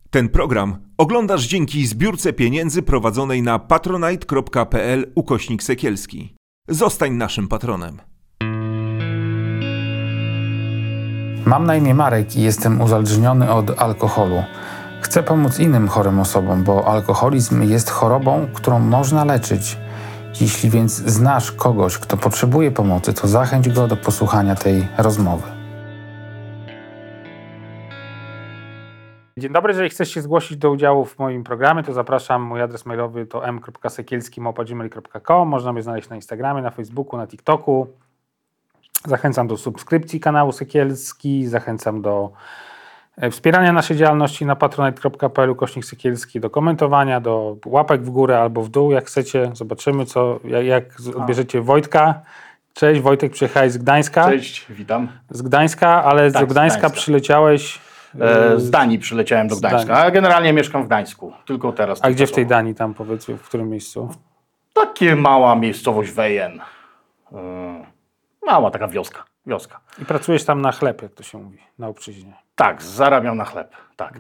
Ten program oglądasz dzięki zbiórce pieniędzy prowadzonej na patronite.pl/Sekielski. Zostań naszym patronem. Mam na imię Marek i jestem uzależniony od alkoholu. Chcę pomóc innym chorym osobom, bo alkoholizm jest chorobą, którą można leczyć. Jeśli więc znasz kogoś, kto potrzebuje pomocy, to zachęć go do posłuchania tej rozmowy. Dzień dobry, jeżeli chcesz się zgłosić do udziału w moim programie, to zapraszam. Mój adres mailowy to m.sekielski@gmail.com. Można mnie znaleźć na Instagramie, na Facebooku, na TikToku. Zachęcam do subskrypcji kanału Sekielski, zachęcam do wspierania naszej działalności na patronite.pl/Sekielski, do komentowania, do łapek w górę albo w dół, jak chcecie. Zobaczymy, jak odbierzecie Wojtka. Cześć, Wojtek, przyjechałeś z Gdańska. Cześć, witam. Z Gdańska, ale tak, z Gdańska przyleciałeś... Z Danii przyleciałem do Gdańska, a generalnie mieszkam w Gdańsku, tylko teraz. A gdzie w tej Danii, tam powiedzmy, w którym miejscu? Takie mała miejscowość Wejhen. Mała taka wioska. I pracujesz tam na chleb, jak to się mówi, na obczyźnie. Tak, zarabiam na chleb, tak.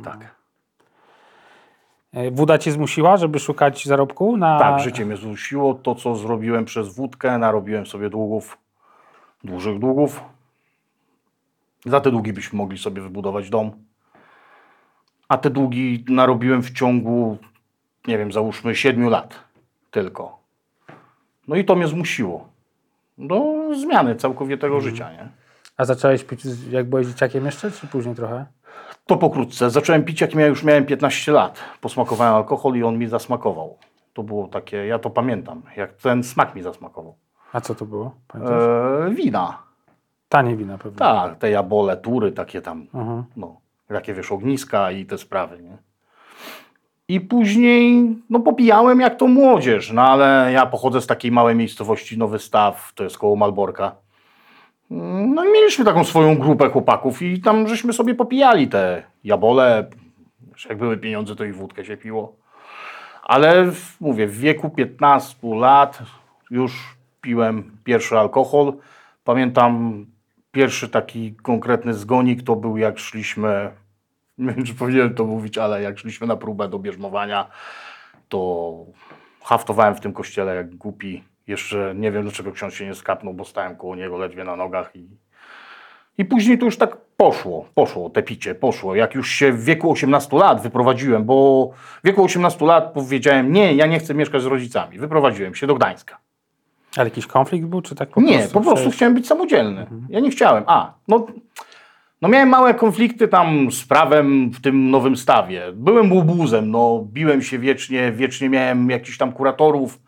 Wóda cię zmusiła, żeby szukać zarobku? Tak, życie mnie zmusiło. To, co zrobiłem przez wódkę, narobiłem sobie długów, dużych długów. Za te długi byśmy mogli sobie wybudować dom. A te długi narobiłem w ciągu, nie wiem, załóżmy 7 lat tylko. No i to mnie zmusiło do zmiany całkowitego życia, nie? A zacząłeś pić, jak byłeś dzieciakiem jeszcze, czy później trochę? To pokrótce. Zacząłem pić, jak już miałem 15 lat. Posmakowałem alkohol i on mi zasmakował. To było takie, ja to pamiętam, jak ten smak mi zasmakował. A co to było? Pamiętasz? Wina. Tanie wina pewnie. Tak, te jabole, tury, takie tam, no, takie wiesz, ogniska i te sprawy, nie? I później, no popijałem jak to młodzież, no ale ja pochodzę z takiej małej miejscowości, Nowy Staw, to jest koło Malborka. No i mieliśmy taką swoją grupę chłopaków i tam żeśmy sobie popijali te jabole, jak były pieniądze, to i wódkę się piło. Ale mówię, w wieku 15 lat już piłem pierwszy alkohol. Pamiętam pierwszy taki konkretny zgonik to był, jak szliśmy, nie wiem czy powinienem to mówić, ale jak szliśmy na próbę do bierzmowania, to haftowałem w tym kościele jak głupi. Jeszcze nie wiem, dlaczego ksiądz się nie skapnął, bo stałem koło niego ledwie na nogach i później to już tak poszło, te picie, poszło. Jak już się w wieku 18 lat wyprowadziłem, bo w wieku 18 lat powiedziałem, nie, ja nie chcę mieszkać z rodzicami. Wyprowadziłem się do Gdańska. Ale jakiś konflikt był, czy tak Nie, po prostu chciałem być samodzielny. Ja nie chciałem. No miałem małe konflikty tam z prawem w tym Nowym Stawie. Byłem łobuzem, no biłem się wiecznie miałem jakichś tam kuratorów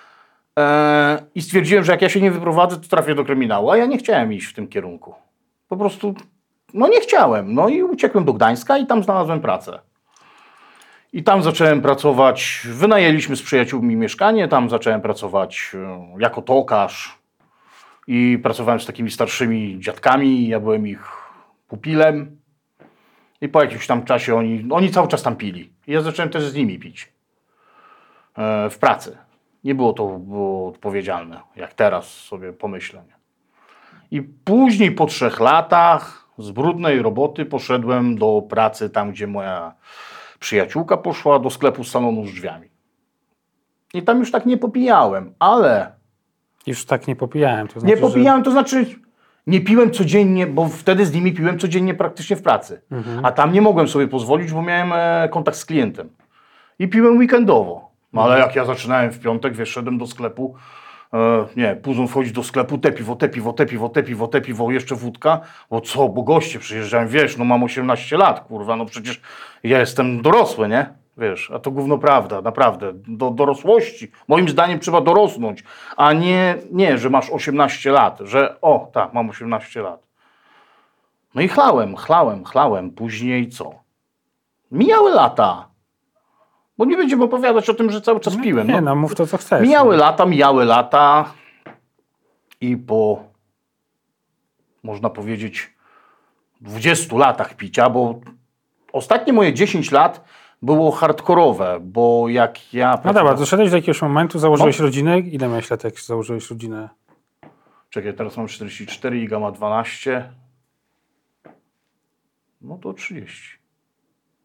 i stwierdziłem, że jak ja się nie wyprowadzę, to trafię do kryminału, a ja nie chciałem iść w tym kierunku. Po prostu, no nie chciałem. No i uciekłem do Gdańska i tam znalazłem pracę. I tam zacząłem pracować, wynajęliśmy z przyjaciółmi mieszkanie, tam zacząłem pracować jako tokarz i pracowałem z takimi starszymi dziadkami, ja byłem ich pupilem i po jakimś tam czasie oni cały czas tam pili. I ja zacząłem też z nimi pić w pracy. Nie było to odpowiedzialne, jak teraz sobie pomyślę. I później po 3 latach z brudnej roboty poszedłem do pracy tam, gdzie moja przyjaciółka poszła, do sklepu z salonu z drzwiami. I tam już tak nie popijałem, ale... Już tak nie popijałem. To znaczy, nie popijałem, to znaczy nie piłem codziennie, bo wtedy z nimi piłem codziennie praktycznie w pracy. A tam nie mogłem sobie pozwolić, bo miałem kontakt z klientem. I piłem weekendowo. No ale jak ja zaczynałem w piątek, wiesz, szedłem do sklepu, później wchodzić do sklepu, te piwo, jeszcze wódka, bo goście przyjeżdżają, wiesz, no mam 18 lat, kurwa, no przecież ja jestem dorosły, nie? Wiesz, a to gówno prawda, naprawdę, do dorosłości, moim zdaniem trzeba dorosnąć, a nie, że masz 18 lat, że tak, mam 18 lat. No i chlałem, później co? Mijały lata. Bo nie będziemy opowiadać o tym, że cały czas piłem. Nie, no mów to, co chcesz. Mijały lata i po, można powiedzieć, 20 latach picia, bo ostatnie moje 10 lat było hardkorowe, bo jak ja... No dobra, doszedłeś do jakiegoś momentu, założyłeś rodzinę. Ile miałeś lat, jak założyłeś rodzinę? Czekaj, teraz mam 44, Iga ma 12. No to 30.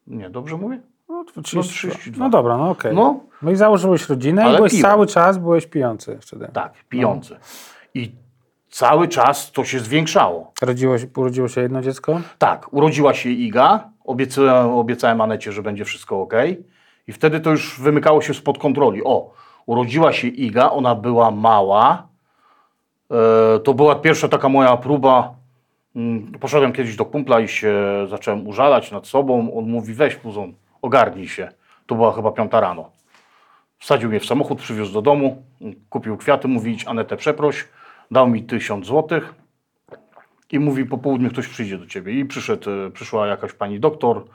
Nie, dobrze mówię? No, 32. No dobra, no okej. No. No i założyłeś rodzinę Ale i byłeś piłem. cały czas pijący wtedy. Tak, pijący. I cały czas to się zwiększało. Urodziło się jedno dziecko? Tak, urodziła się Iga, obiecałem Anecie, że będzie wszystko ok. I wtedy to już wymykało się spod kontroli. Urodziła się Iga, ona była mała. To była pierwsza taka moja próba. Poszedłem kiedyś do kumpla i się zacząłem użalać nad sobą. On mówi, weź Puzon, ogarnij się. To była chyba 5 rano. Wsadził mnie w samochód, przywiózł do domu, kupił kwiaty, mówi, idź Anetę przeproś. Dał mi 1000 złotych. I mówi, po południu ktoś przyjdzie do ciebie. I przyszła jakaś pani doktor,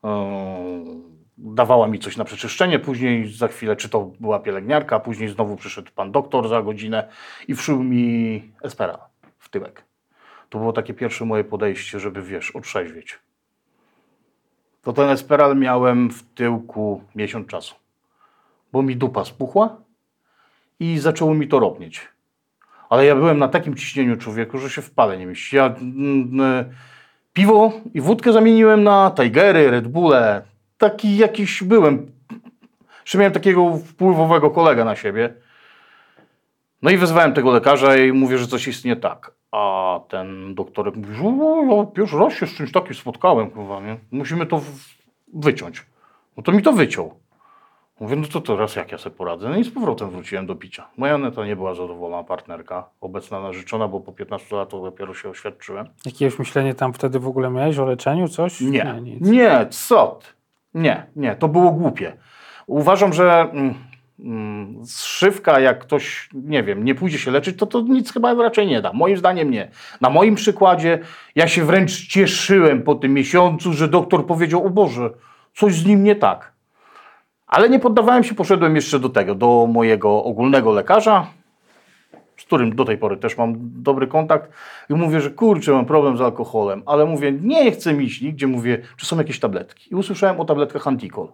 dawała mi coś na przeczyszczenie, później za chwilę, czy to była pielęgniarka, później znowu przyszedł pan doktor za godzinę i wszył mi Espera w tyłek. To było takie pierwsze moje podejście, żeby, otrzeźwieć. To ten Esperal miałem w tyłku miesiąc czasu, bo mi dupa spuchła i zaczęło mi to ropnieć. Ale ja byłem na takim ciśnieniu człowieku, że się w pale nie mieści. Ja piwo i wódkę zamieniłem na Tigery, Red Bulle. Taki jakiś byłem. Jeszcze miałem takiego wpływowego kolegę na siebie. No i wezwałem tego lekarza i mówię, że coś jest nie tak. A ten doktorek mówi, że ja pierwszy raz się z czymś takim spotkałem. Kurwa, nie? Musimy to wyciąć. No to mi to wyciął. Mówię, no to teraz jak ja sobie poradzę? No i z powrotem wróciłem do picia. Moja Aneta nie była zadowolona, partnerka, obecna narzeczona, bo po 15 latach dopiero się oświadczyłem. Jakieś myślenie tam wtedy w ogóle miałeś o leczeniu, coś? Nie, co ty? Nie, to było głupie. Uważam, że zszywka, jak ktoś, nie wiem, nie pójdzie się leczyć, to nic chyba raczej nie da. Moim zdaniem nie. Na moim przykładzie ja się wręcz cieszyłem po tym miesiącu, że doktor powiedział, o Boże, coś z nim nie tak. Ale nie poddawałem się, poszedłem jeszcze do mojego ogólnego lekarza, z którym do tej pory też mam dobry kontakt i mówię, że kurczę, mam problem z alkoholem, ale mówię, nie chcę iść nigdzie, mówię, czy są jakieś tabletki. I usłyszałem o tabletkach Antikol.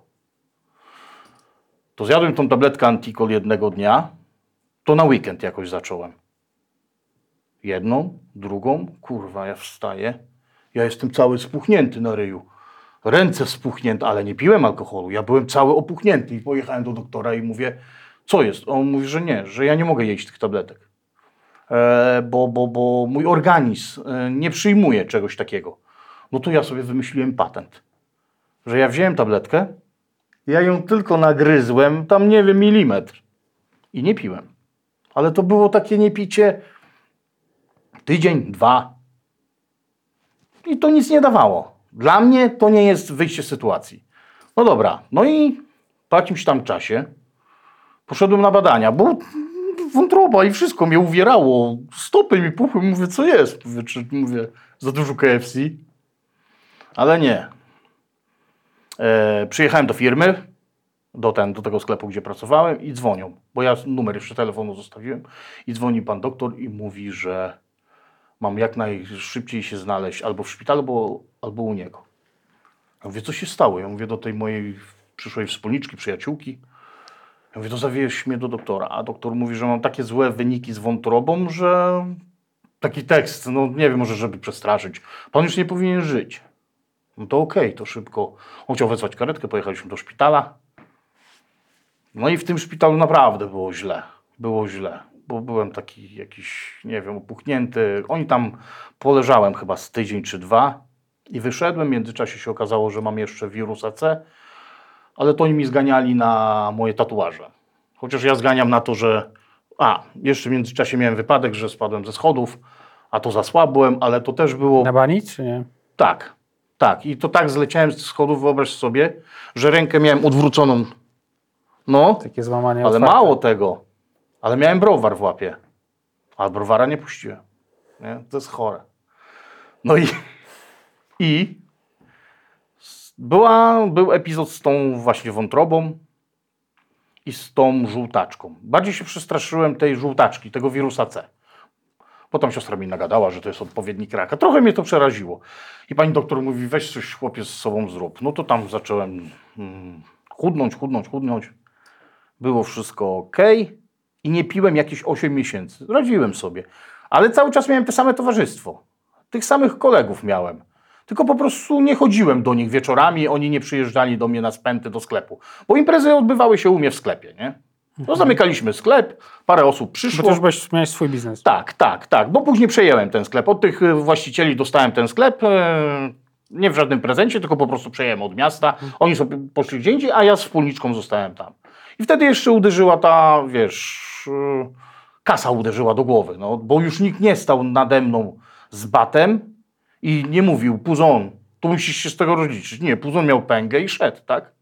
To zjadłem tą tabletkę Antikol jednego dnia, to na weekend jakoś zacząłem. Jedną, drugą, kurwa, ja wstaję, ja jestem cały spuchnięty na ryju. Ręce spuchnięte, ale nie piłem alkoholu. Ja byłem cały opuchnięty i pojechałem do doktora i mówię, co jest? On mówi, że nie, że ja nie mogę jeść tych tabletek, bo mój organizm nie przyjmuje czegoś takiego. No to ja sobie wymyśliłem patent, że ja wziąłem tabletkę, ja ją tylko nagryzłem, tam nie wiem, milimetr i nie piłem. Ale to było takie niepicie tydzień, 2 i to nic nie dawało. Dla mnie to nie jest wyjście z sytuacji. No dobra, no i po jakimś tam czasie poszedłem na badania, bo wątroba i wszystko mnie uwierało. Stopy mi puchły, mówię, co jest? Mówię, za dużo KFC? Ale nie. Przyjechałem do firmy, do tego sklepu, gdzie pracowałem i dzwonią, bo ja numer jeszcze telefonu zostawiłem i dzwoni pan doktor i mówi, że mam jak najszybciej się znaleźć albo w szpitalu, albo u niego. Ja mówię, co się stało? Ja mówię do tej mojej przyszłej wspólniczki, przyjaciółki. Ja mówię, to zawieź mnie do doktora. A doktor mówi, że mam takie złe wyniki z wątrobą, że taki tekst, no nie wiem, może żeby przestraszyć. Pan już nie powinien żyć. No to okej, to szybko. On chciał wezwać karetkę, pojechaliśmy do szpitala. No i w tym szpitalu naprawdę było źle. Było źle. Bo byłem taki jakiś, nie wiem, opuchnięty. Oni tam poleżałem chyba z tydzień czy 2 i wyszedłem. W międzyczasie się okazało, że mam jeszcze wirusa C, ale to oni mi zganiali na moje tatuaże. Chociaż ja zganiam na to, że... jeszcze w międzyczasie miałem wypadek, że spadłem ze schodów, a to zasłabłem, ale to też było... Na bani, czy nie? Tak. I to tak zleciałem z schodów, wyobraź sobie, że rękę miałem odwróconą. No, takie złamanie ale otwarte. mało tego. Ale miałem browar w łapie. A browara nie puściłem. Nie? To jest chore. No i był epizod z tą właśnie wątrobą i z tą żółtaczką. Bardziej się przestraszyłem tej żółtaczki, tego wirusa C. Potem siostra mi nagadała, że to jest odpowiednik raka. Trochę mnie to przeraziło. I pani doktor mówi, weź coś chłopie z sobą zrób. No to tam zacząłem chudnąć. Było wszystko ok. I nie piłem jakieś 8 miesięcy. Radziłem sobie. Ale cały czas miałem te same towarzystwo. Tych samych kolegów miałem. tylko po prostu nie chodziłem do nich wieczorami, oni nie przyjeżdżali do mnie na spęty do sklepu. Bo imprezy odbywały się u mnie w sklepie, nie? No zamykaliśmy sklep, parę osób przyszło. Bo też miałeś swój biznes. Tak, bo później przejęłem ten sklep. Od tych właścicieli dostałem ten sklep, nie w żadnym prezencie, tylko po prostu przejęłem od miasta. Oni sobie poszli gdzie indziej, a ja z wspólniczką zostałem tam. I wtedy jeszcze uderzyła ta, wiesz, kasa uderzyła do głowy, no, bo już nikt nie stał nade mną z batem i nie mówił, Puzon, tu musisz się z tego rozliczyć. Nie, Puzon miał pęgę i szedł, tak?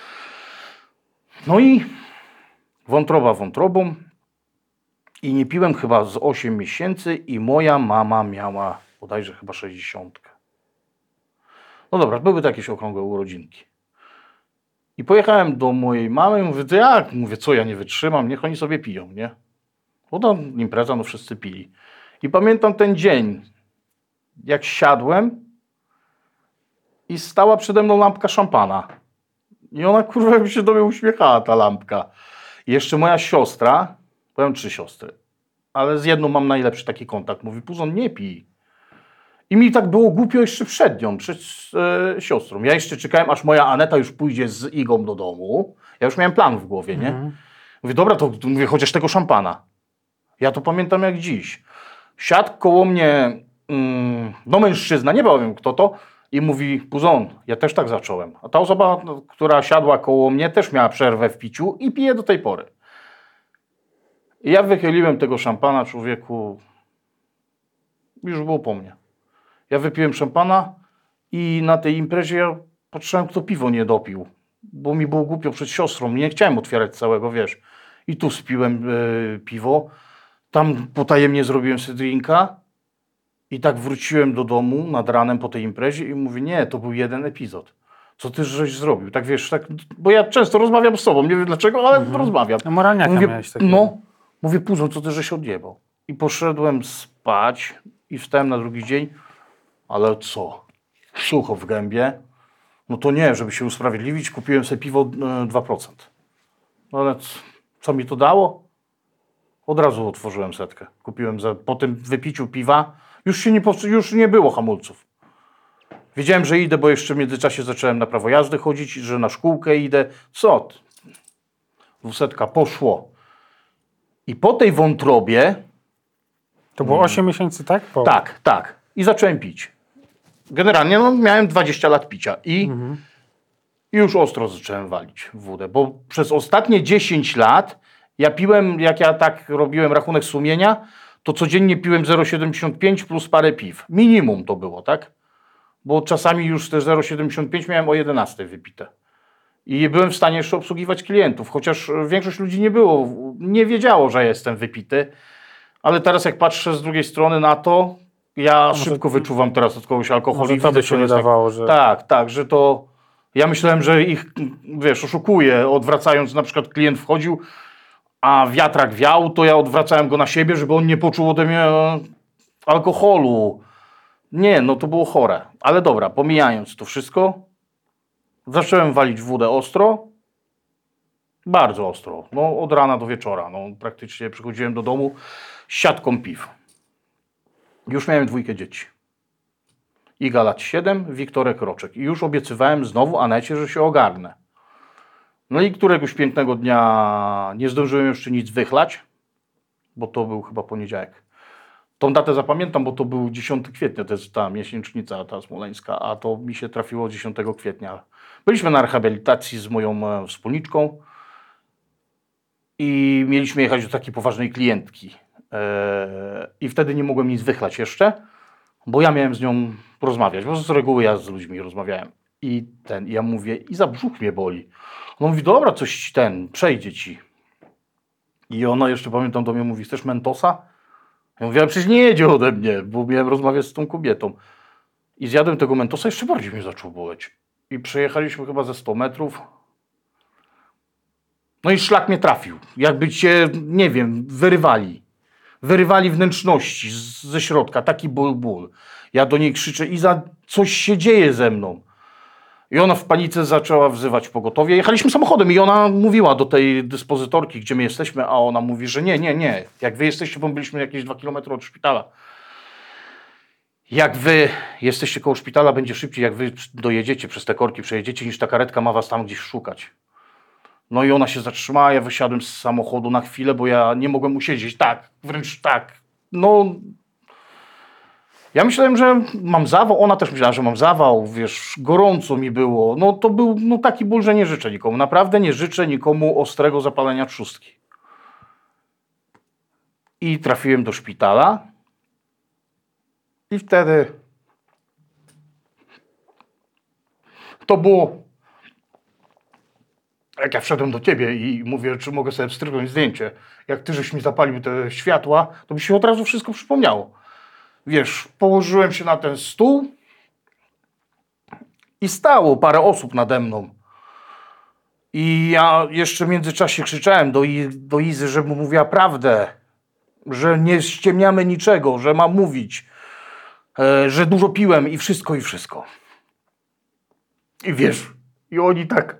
No i wątroba wątrobą i nie piłem chyba z 8 miesięcy i moja mama miała bodajże chyba 60. No dobra, były to jakieś okrągłe urodzinki. I pojechałem do mojej mamy i mówię, to jak? Mówię, co ja nie wytrzymam, niech oni sobie piją, nie? No to impreza, no wszyscy pili. I pamiętam ten dzień, jak siadłem i stała przede mną lampka szampana. I ona, kurwa, mi się do mnie uśmiechała, ta lampka. I jeszcze moja siostra, powiem 3 siostry, ale z jedną mam najlepszy taki kontakt. Mówi, Puzon, nie pij. I mi tak było głupio jeszcze przed nią, przed siostrą. Ja jeszcze czekałem, aż moja Aneta już pójdzie z Igą do domu. Ja już miałem plan w głowie, nie? Mówię, dobra, to mówię, chociaż tego szampana. Ja to pamiętam jak dziś. Siadł koło mnie no mężczyzna, nie powiem kto to, i mówi, Puzon, ja też tak zacząłem. A ta osoba, która siadła koło mnie, też miała przerwę w piciu i pije do tej pory. I ja wychyliłem tego szampana, człowieku, już było po mnie. Ja wypiłem szampana i na tej imprezie ja patrzyłem, kto piwo nie dopił, bo mi było głupio przed siostrą, nie chciałem otwierać całego, wiesz. I tu spiłem piwo, tam potajemnie zrobiłem sobie drinka i tak wróciłem do domu nad ranem po tej imprezie i mówię, nie, to był jeden epizod. Co ty żeś zrobił? Tak wiesz, tak, bo ja często rozmawiam z tobą, nie wiem dlaczego, ale rozmawiam. No moralniaka mówię, miałeś takiego. no, mówię, Puzon, co ty żeś odjebał? I poszedłem spać i wstałem na drugi dzień, ale co? Sucho w gębie. No to nie, żeby się usprawiedliwić, kupiłem sobie piwo 2%. No ale co mi to dało? Od razu otworzyłem setkę. Kupiłem po tym wypiciu piwa, już nie było hamulców. Wiedziałem, że idę, bo jeszcze w międzyczasie zacząłem na prawo jazdy chodzić, że na szkółkę idę. Co? 200 poszło. I po tej wątrobie... To było 8 miesięcy, tak? Tak. I zacząłem pić. Generalnie no, miałem 20 lat picia i już ostro zacząłem walić w wódę, bo przez ostatnie 10 lat ja piłem, jak ja tak robiłem rachunek sumienia, to codziennie piłem 0,75 plus parę piw. Minimum to było, tak? Bo czasami już te 0,75 miałem o 11 wypite. I byłem w stanie jeszcze obsługiwać klientów, chociaż większość ludzi nie wiedziało, że jestem wypity. Ale teraz jak patrzę z drugiej strony na to, ja szybko wyczuwam teraz od kogoś alkohol. Może to by się wydawało, że... Tak, że to... Ja myślałem, że ich, wiesz, oszukuję, odwracając, na przykład klient wchodził, a wiatrak wiał, to ja odwracałem go na siebie, żeby on nie poczuł ode mnie alkoholu. Nie, no to było chore. Ale dobra, pomijając to wszystko, zacząłem walić wódę ostro, bardzo ostro, no od rana do wieczora. No, praktycznie przychodziłem do domu z siatką piw. Już miałem 2 dzieci. Iga lat 7, Wiktorek roczek. I już obiecywałem znowu Anecie, że się ogarnę. No i któregoś pięknego dnia nie zdążyłem jeszcze nic wychlać, bo to był chyba poniedziałek. Tą datę zapamiętam, bo to był 10 kwietnia, to jest ta miesięcznica, ta smoleńska, a to mi się trafiło 10 kwietnia. Byliśmy na rehabilitacji z moją wspólniczką i mieliśmy jechać do takiej poważnej klientki. I wtedy nie mogłem nic wychlać jeszcze, bo ja miałem z nią porozmawiać, bo z reguły ja z ludźmi rozmawiałem. I ja mówię, i za brzuch mnie boli. Ona mówi, dobra, coś przejdzie ci. I ona jeszcze, pamiętam, do mnie mówi, chcesz Mentosa? Ja mówię, ale przecież nie jedzie ode mnie, bo miałem rozmawiać z tą kobietą. I zjadłem tego Mentosa, jeszcze bardziej mnie zaczął boleć. I przejechaliśmy chyba ze 100 metrów. No i szlak mnie trafił. Jakby cię, nie wiem, wyrywali wnętrzności ze środka, taki ból. Ja do niej krzyczę, Iza, coś się dzieje ze mną. I ona w panice zaczęła wzywać pogotowie. Jechaliśmy samochodem i ona mówiła do tej dyspozytorki, gdzie my jesteśmy, a ona mówi, że nie. Jak wy jesteście, bo byliśmy jakieś 2 kilometry od szpitala. jak wy jesteście koło szpitala, będzie szybciej, jak wy dojedziecie przez te korki, przejedziecie, niż ta karetka ma was tam gdzieś szukać. No i ona się zatrzymała, ja wysiadłem z samochodu na chwilę, bo ja nie mogłem usiedzieć. Tak, wręcz tak. No, ja myślałem, że mam zawał, ona też myślała, że mam zawał, wiesz, gorąco mi było. No to był taki ból, że nie życzę nikomu. Naprawdę nie życzę nikomu ostrego zapalenia trzustki. I trafiłem do szpitala. I wtedy to było, jak ja wszedłem do ciebie i mówię, czy mogę sobie wstryknąć zdjęcie. Jak ty żeś mi zapalił te światła, to mi się od razu wszystko przypomniało. Wiesz, położyłem się na ten stół i stało parę osób nade mną. I ja jeszcze w międzyczasie krzyczałem do Izy, żeby mówiła prawdę, że nie ściemniamy niczego, że mam mówić, że dużo piłem i wszystko, i wszystko. I wiesz, i oni tak,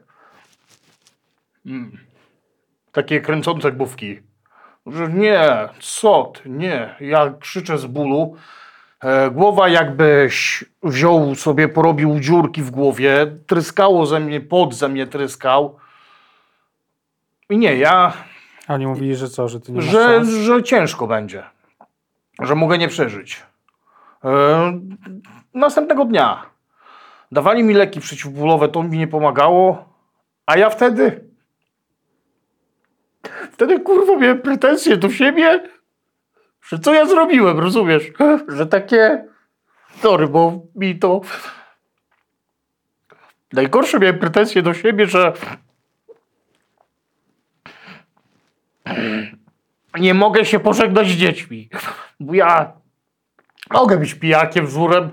takie kręcące główki, że nie, co ty, nie. Ja krzyczę z bólu, głowa jakbyś wziął sobie, porobił dziurki w głowie, tryskało ze mnie, pot ze mnie tryskał. I nie, ja... A oni mówili, że co, że ty nie masz szans? Że ciężko będzie, że mogę nie przeżyć. Następnego dnia dawali mi leki przeciwbólowe, to mi nie pomagało, a ja wtedy kurwa miałem pretensje do siebie, że co ja zrobiłem, rozumiesz? Że takie, sorry, bo mi to... Najgorsze miałem pretensje do siebie, że nie mogę się pożegnać z dziećmi, bo ja mogę być pijakiem, żurem,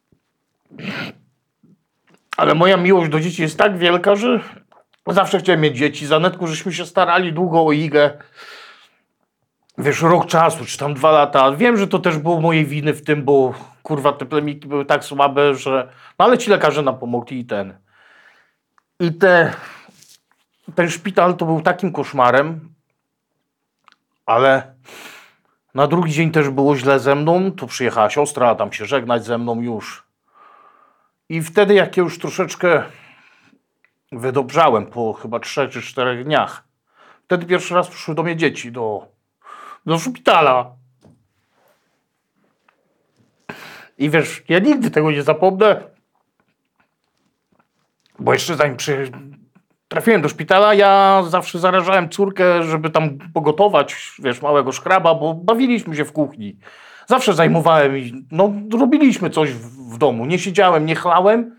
ale moja miłość do dzieci jest tak wielka, że zawsze chciałem mieć dzieci. Z Anetką żeśmy się starali długo o Igę. Wiesz, rok czasu, czy tam 2 lata. Wiem, że to też było mojej winy w tym, bo kurwa te plemniki były tak słabe, że... No ale ci lekarze nam pomogli i ten szpital to był takim koszmarem, ale na drugi dzień też było źle ze mną. Tu przyjechała siostra, tam się żegnać ze mną już. I wtedy, jak ja już troszeczkę wydobrzałem po chyba 3 czy 4 dniach, wtedy pierwszy raz przyszły do mnie dzieci do szpitala. I wiesz, ja nigdy tego nie zapomnę, bo jeszcze zanim trafiłem do szpitala, ja zawsze zarażałem córkę, żeby tam pogotować, wiesz, małego szkraba, bo bawiliśmy się w kuchni. Zawsze zajmowałem i robiliśmy coś w domu. Nie siedziałem, nie chlałem,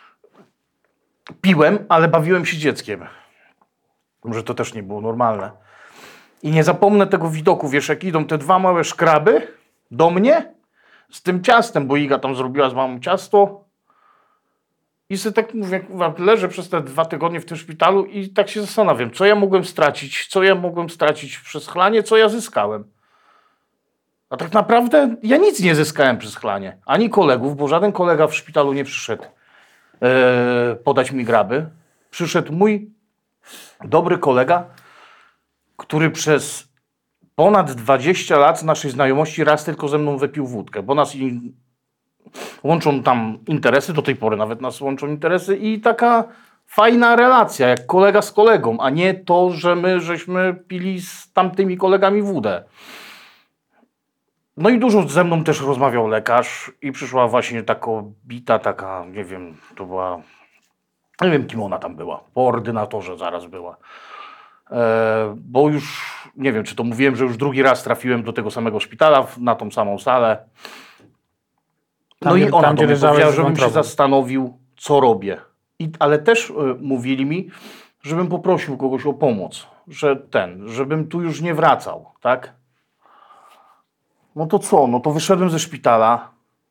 piłem, ale bawiłem się dzieckiem. Może to też nie było normalne. I nie zapomnę tego widoku, wiesz, jak idą te 2 małe szkraby do mnie z tym ciastem, bo Iga tam zrobiła z mamą ciasto. I sobie tak mówię, leżę przez te 2 tygodnie w tym szpitalu i tak się zastanawiam, co ja mogłem stracić przez chlanie, co ja zyskałem. A tak naprawdę ja nic nie zyskałem przez chlanie. Ani kolegów, bo żaden kolega w szpitalu nie przyszedł podać mi graby. Przyszedł mój dobry kolega, który przez ponad 20 lat naszej znajomości raz tylko ze mną wypił wódkę, bo nas łączą tam interesy, do tej pory nawet nas łączą interesy i taka fajna relacja, jak kolega z kolegą, a nie to, że my żeśmy pili z tamtymi kolegami wódę. No i dużo ze mną też rozmawiał lekarz i przyszła właśnie ta kobieta, taka, nie wiem, to była, nie wiem kim ona tam była, po ordynatorze zaraz była. Bo już, nie wiem czy to mówiłem, że już drugi raz trafiłem do tego samego szpitala, na tą samą salę. No i ona do mnie powiedziała, żebym się zastanowił, co robię. Ale też mówili mi, żebym poprosił kogoś o pomoc, żebym tu już nie wracał, tak? No to co? No to wyszedłem ze szpitala.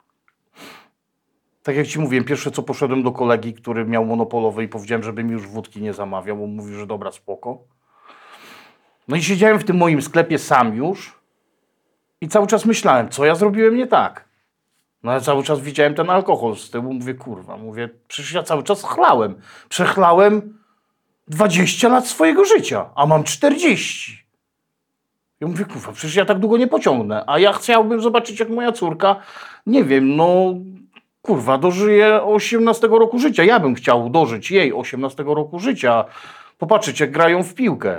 Tak jak ci mówiłem, pierwsze co poszedłem do kolegi, który miał monopolowy i powiedziałem, żeby mi już wódki nie zamawiał, bo mówił, że dobra, spoko. No i siedziałem w tym moim sklepie sam już i cały czas myślałem, co ja zrobiłem nie tak. No ale cały czas widziałem ten alkohol z tyłu, mówię, kurwa, przecież ja cały czas chlałem. Przechlałem 20 lat swojego życia, a mam 40. Ja mówię, kurwa, przecież ja tak długo nie pociągnę, a ja chciałbym zobaczyć, jak moja córka, nie wiem, no kurwa, dożyje 18 roku życia. Ja bym chciał dożyć jej 18 roku życia, popatrzeć, jak grają w piłkę.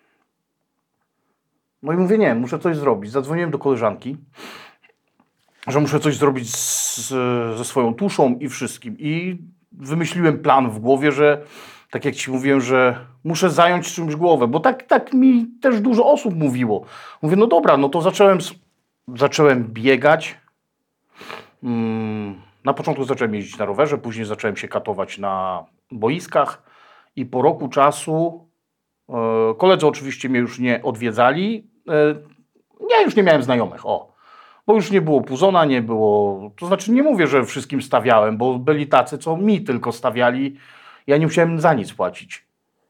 No i mówię, nie, muszę coś zrobić. Zadzwoniłem do koleżanki, że muszę coś zrobić ze swoją tuszą i wszystkim. I wymyśliłem plan w głowie, że tak jak ci mówiłem, że muszę zająć czymś głowę, bo tak mi też dużo osób mówiło. Mówię, no dobra, no to zacząłem biegać. Na początku zacząłem jeździć na rowerze, później zacząłem się katować na boiskach i po roku czasu koledzy oczywiście mnie już nie odwiedzali. Ja już nie miałem znajomych, bo już nie było Puzona, nie było, to znaczy nie mówię, że wszystkim stawiałem, bo byli tacy, co mi tylko stawiali, ja nie musiałem za nic płacić.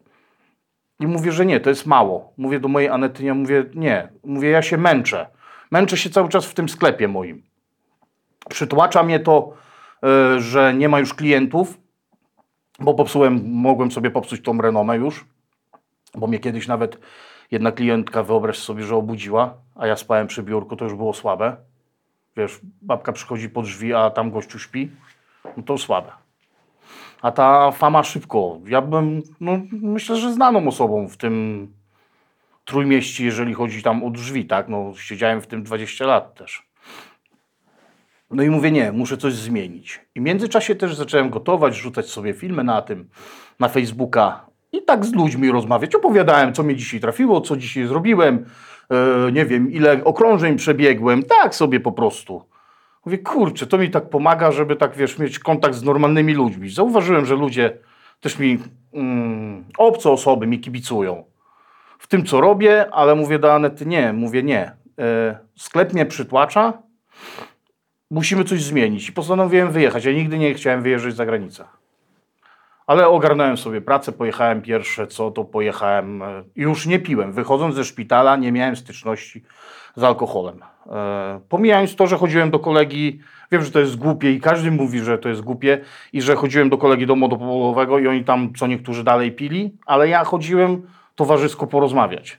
I mówię, że nie, to jest mało. Mówię do mojej Anety, ja mówię, nie, mówię, ja się męczę. Męczę się cały czas w tym sklepie moim. Przytłacza mnie to, że nie ma już klientów, bo mogłem sobie popsuć tą renomę już, bo mnie kiedyś nawet jedna klientka, wyobraź sobie, że obudziła, a ja spałem przy biurku, to już było słabe. Wiesz, babka przychodzi po drzwi, a tam gościu śpi, no to słabe. A ta fama szybko. Ja bym, no myślę, że znaną osobą w tym Trójmieści, jeżeli chodzi tam o drzwi, tak? No siedziałem w tym 20 lat też. No i mówię, nie, muszę coś zmienić. I w międzyczasie też zacząłem gotować, rzucać sobie filmy na Facebooka i tak z ludźmi rozmawiać. Opowiadałem, co mi dzisiaj trafiło, co dzisiaj zrobiłem, nie wiem, ile okrążeń przebiegłem, tak sobie po prostu. Mówię, kurczę, to mi tak pomaga, żeby tak, wiesz, mieć kontakt z normalnymi ludźmi. Zauważyłem, że ludzie też mi, obce osoby mi kibicują w tym, co robię, ale mówię do Anety, nie. Sklep mnie przytłacza, musimy coś zmienić. I postanowiłem wyjechać. Ja nigdy nie chciałem wyjeżdżać za granicę. Ale ogarnąłem sobie pracę, pojechałem pierwsze, to pojechałem, już nie piłem. Wychodząc ze szpitala nie miałem styczności z alkoholem. Pomijając to, że chodziłem do kolegi, wiem, że to jest głupie i każdy mówi, że to jest głupie i że chodziłem do kolegi do monopolowego i oni tam co niektórzy dalej pili, ale ja chodziłem towarzysko porozmawiać.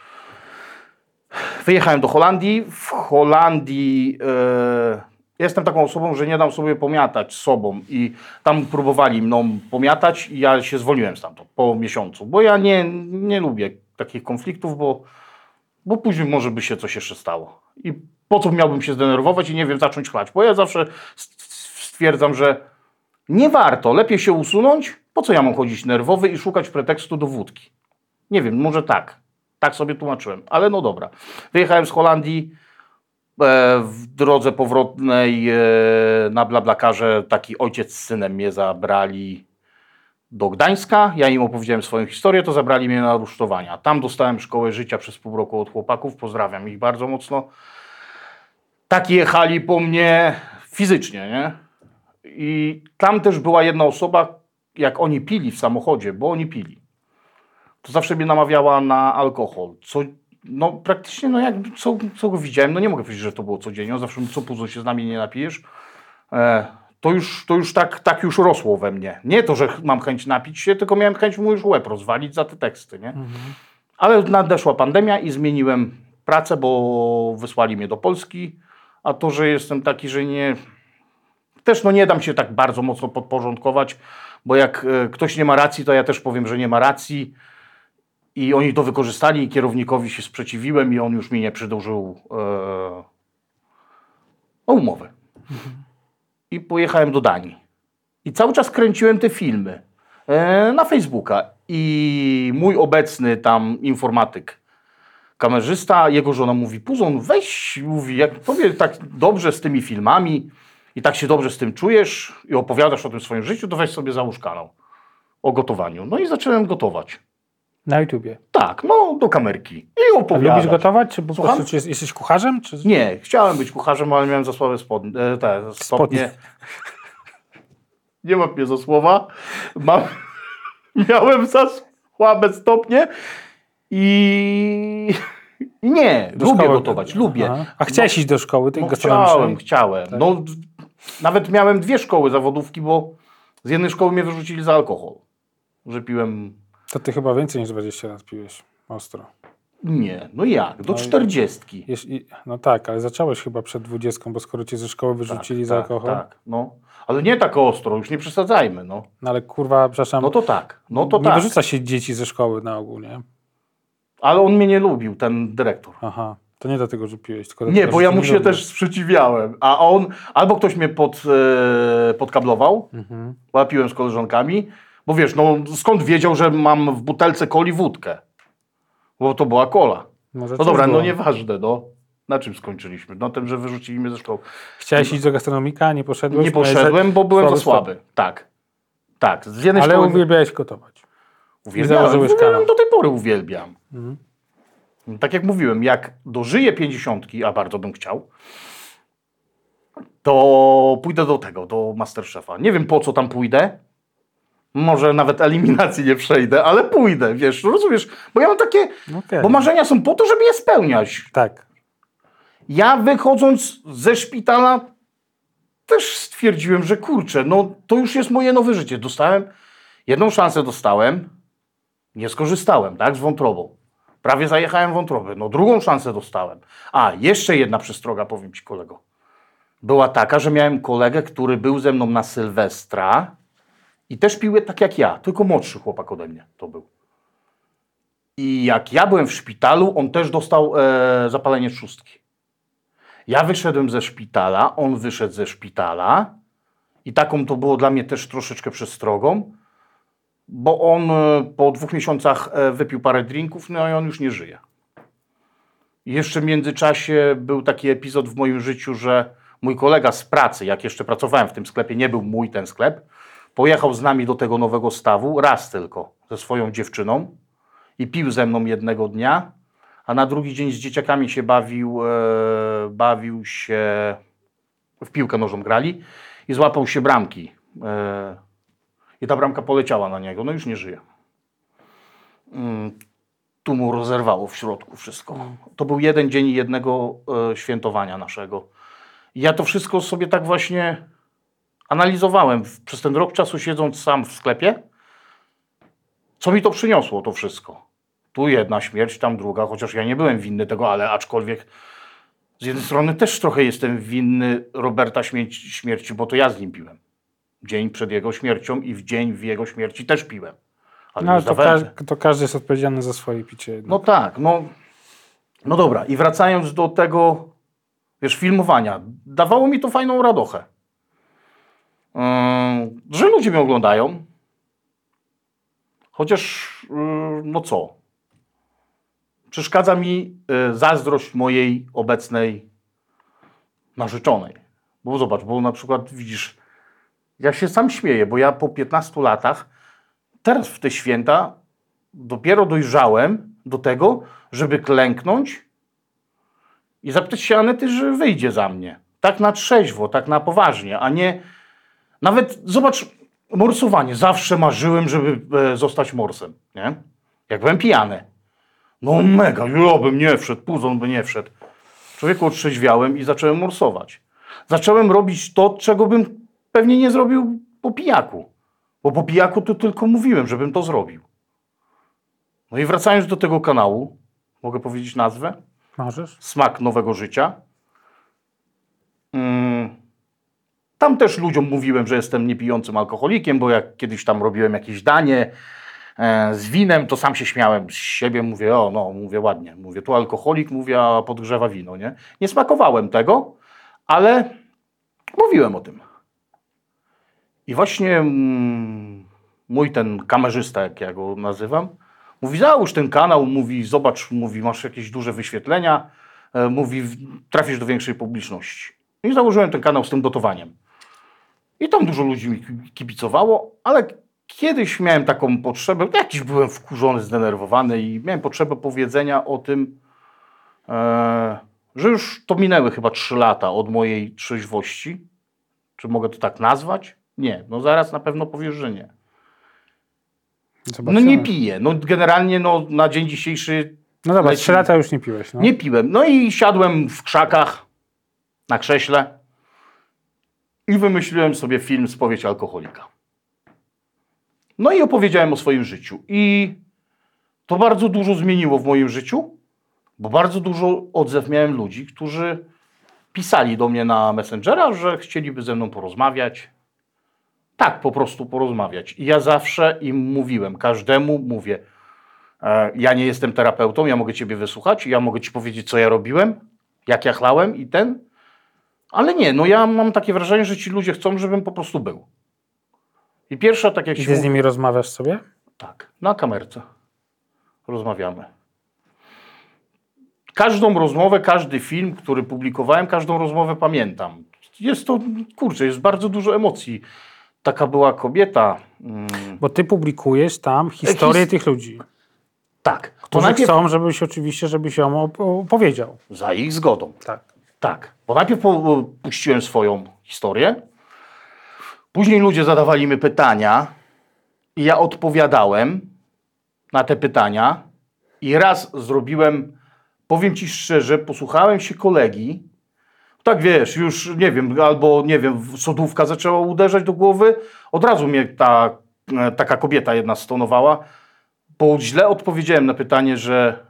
Wyjechałem do Holandii. W Holandii jestem taką osobą, że nie dam sobie pomiatać sobą i tam próbowali mną pomiatać i ja się zwolniłem stamtąd po miesiącu, bo ja nie lubię takich konfliktów, bo później może by się coś jeszcze stało. I po co miałbym się zdenerwować i nie wiem, zacząć chlać, bo ja zawsze stwierdzam, że nie warto, lepiej się usunąć, po co ja mam chodzić nerwowy i szukać pretekstu do wódki. Nie wiem, może tak. Tak sobie tłumaczyłem, ale no dobra. Wyjechałem z Holandii, w drodze powrotnej na BlaBlaCarze taki ojciec z synem mnie zabrali do Gdańska. Ja im opowiedziałem swoją historię, to zabrali mnie na rusztowania. Tam dostałem szkołę życia przez pół roku od chłopaków, pozdrawiam ich bardzo mocno. Tak jechali po mnie fizycznie, nie? I tam też była jedna osoba, jak oni pili w samochodzie, bo oni pili, to zawsze mnie namawiała na alkohol. No praktycznie, no jakby co go widziałem, no nie mogę powiedzieć, że to było codziennie. On zawsze co późno się z nami nie napijesz. To już tak już rosło we mnie. Nie to, że mam chęć napić się, tylko miałem chęć mu już łeb rozwalić za te teksty, nie? Ale nadeszła pandemia i zmieniłem pracę, bo wysłali mnie do Polski. A to, że jestem taki, że też no nie dam się tak bardzo mocno podporządkować, bo jak ktoś nie ma racji, to ja też powiem, że nie ma racji. I oni to wykorzystali i kierownikowi się sprzeciwiłem i on już mi nie przedłużył umowy. I pojechałem do Danii. I cały czas kręciłem te filmy na Facebooka. I mój obecny tam informatyk, kamerzysta, jego żona mówi, Puzon, weź, mówi, jak tobie tak dobrze z tymi filmami i tak się dobrze z tym czujesz i opowiadasz o tym swoim życiu, to weź sobie załóż kanał o gotowaniu. No i zacząłem gotować. Na YouTubie. Tak, no do kamerki. I opowiadać. Lubisz gotować? Czy po Słucham? prostu jesteś kucharzem? Czy... Nie, chciałem być kucharzem, ale miałem za słabe stopnie. Nie mam mnie za słowa. Miałem za słabe stopnie i nie, lubię gotować, lubię. Aha. A chciałeś iść do szkoły tej Chciałem. Tak. No, nawet miałem 2 szkoły zawodówki, bo z jednej szkoły mnie wyrzucili za alkohol. Że piłem... To ty chyba więcej niż 20 lat piłeś ostro. Nie, no jak? Do 40. No tak, ale zacząłeś chyba przed 20, bo skoro cię ze szkoły wyrzucili za alkohol. Tak, no. Ale nie tak ostro, już nie przesadzajmy, no. No ale kurwa, przepraszam. No to tak, Nie wyrzuca się dzieci ze szkoły na ogół, nie? Ale on mnie nie lubił, ten dyrektor. Aha, to nie dlatego, że piłeś, tylko Nie, dlatego, bo że ja cię mu nie się lubił. też sprzeciwiałem, a on, albo ktoś mnie podkablował, bo ja piłem z koleżankami, bo wiesz, no skąd wiedział, że mam w butelce coli wódkę? Bo to była cola. Może No coś dobra, było. no nieważne, no. Na czym skończyliśmy? No tym, że wyrzucili mnie ze szkoły. Chciałeś iść do gastronomika, nie poszedłeś? Nie poszedłem, bo byłem za słaby. słaby. Tak. Tak. Z jednej Ale szkoły uwielbiałeś gotować. uwielbiałem. założyłeś kanał. Do tej pory uwielbiam. Tak jak mówiłem, jak dożyję 50, a bardzo bym chciał, to pójdę do tego, do Masterchefa. Nie wiem, po co tam pójdę. Może nawet eliminacji nie przejdę, ale pójdę, wiesz, rozumiesz? Bo ja mam takie, Okej. bo marzenia są po to, żeby je spełniać. Tak. Ja wychodząc ze szpitala też stwierdziłem, że kurczę, no to już jest moje nowe życie. Jedną szansę dostałem, nie skorzystałem, tak, z wątrobą. Prawie zajechałem wątrobę. No drugą szansę dostałem. A, jeszcze jedna przestroga, powiem ci, kolego. Była taka, że miałem kolegę, który był ze mną na Sylwestra i też pił tak jak ja, tylko młodszy chłopak ode mnie to był. I jak ja byłem w szpitalu, on też dostał zapalenie trzustki. Ja wyszedłem ze szpitala, on wyszedł ze szpitala i taką to było dla mnie też troszeczkę przestrogą, bo on po 2 miesiącach wypił parę drinków, no i on już nie żyje. I jeszcze w międzyczasie był taki epizod w moim życiu, że mój kolega z pracy, jak jeszcze pracowałem w tym sklepie, nie był mój ten sklep, pojechał z nami do tego nowego stawu, raz tylko, ze swoją dziewczyną i pił ze mną jednego dnia, a na drugi dzień z dzieciakami się bawił się, w piłkę nożną grali i złapał się bramki. I ta bramka poleciała na niego, no już nie żyje. Tu mu rozerwało w środku wszystko. To był jeden dzień jednego świętowania naszego. I ja to wszystko sobie tak właśnie analizowałem przez ten rok czasu, siedząc sam w sklepie. Co mi to przyniosło, to wszystko? Tu jedna śmierć, tam druga, chociaż ja nie byłem winny tego, ale aczkolwiek z jednej strony też trochę jestem winny Roberta śmierci, bo to ja z nim piłem. Dzień przed jego śmiercią i w dzień w jego śmierci też piłem. Ale No nie ale zdawałem. to każdy jest odpowiedzialny za swoje picie. Jednak. No tak, no dobra. I wracając do tego, wiesz, filmowania. Dawało mi to fajną radochę. Że ludzie mnie oglądają. Chociaż, no co? Przeszkadza mi zazdrość mojej obecnej narzeczonej. Bo zobacz, bo na przykład widzisz, ja się sam śmieję, bo ja po 15 latach, teraz w te święta, dopiero dojrzałem do tego, żeby klęknąć i zapytać się Anety, że wyjdzie za mnie. Tak na trzeźwo, tak na poważnie, a nie... Nawet, zobacz, morsowanie. Zawsze marzyłem, żeby zostać morsem, nie? Jak byłem pijany. No mega, ja bym nie wszedł, puzon by nie wszedł. Człowieku, otrzeźwiałem i zacząłem morsować. Zacząłem robić to, czego bym pewnie nie zrobił po pijaku. Bo po pijaku to tylko mówiłem, żebym to zrobił. No i wracając do tego kanału, mogę powiedzieć nazwę? Możesz? Smak nowego życia. Tam też ludziom mówiłem, że jestem niepijącym alkoholikiem, bo jak kiedyś tam robiłem jakieś danie z winem, to sam się śmiałem z siebie, mówię, mówię ładnie, mówię, tu alkoholik, mówię, a podgrzewa wino, nie? Nie smakowałem tego, ale mówiłem o tym. I właśnie mój ten kamerzysta, jak ja go nazywam, mówi, załóż ten kanał, mówi, zobacz, mówi, masz jakieś duże wyświetlenia, mówi, trafisz do większej publiczności. I założyłem ten kanał z tym dotowaniem. I tam dużo ludzi mi kibicowało, ale kiedyś miałem taką potrzebę, jakiś byłem wkurzony, zdenerwowany i miałem potrzebę powiedzenia o tym, że już to minęły chyba 3 lata od mojej trzeźwości. Czy mogę to tak nazwać? Nie, no zaraz na pewno powiesz, że nie. Zobaczymy. No nie piję. No generalnie na dzień dzisiejszy... No dobra, 3 lata już nie piłeś. No. Nie piłem. No i siadłem w krzakach na krześle i wymyśliłem sobie film Spowiedź alkoholika. No i opowiedziałem o swoim życiu. I to bardzo dużo zmieniło w moim życiu, Bo bardzo dużo odzew miałem ludzi, którzy pisali do mnie na Messengera, że chcieliby ze mną porozmawiać. Tak, po prostu porozmawiać. I ja zawsze im mówiłem, każdemu mówię, ja nie jestem terapeutą, ja mogę ciebie wysłuchać, ja mogę ci powiedzieć, co ja robiłem, jak ja chlałem i ale nie, no ja mam takie wrażenie, że ci ludzie chcą, żebym po prostu był. I pierwsza, tak jak I się ty z mówi, nimi rozmawiasz sobie? tak, na kamerce rozmawiamy. Każdą rozmowę, każdy film, który publikowałem, każdą rozmowę pamiętam. Jest to, kurczę, jest bardzo dużo emocji. Taka była kobieta. Bo ty publikujesz tam historię tych ludzi. Tak. Którzy chcą, żebyś ją opowiedział. Za ich zgodą. Tak. Tak. Bo najpierw puściłem swoją historię. Później ludzie zadawali mi pytania i ja odpowiadałem na te pytania. I raz zrobiłem, powiem ci szczerze, posłuchałem się kolegi. Tak wiesz, już nie wiem, albo nie wiem, sodówka zaczęła uderzać do głowy. Od razu mnie taka kobieta jedna stonowała, bo źle odpowiedziałem na pytanie, że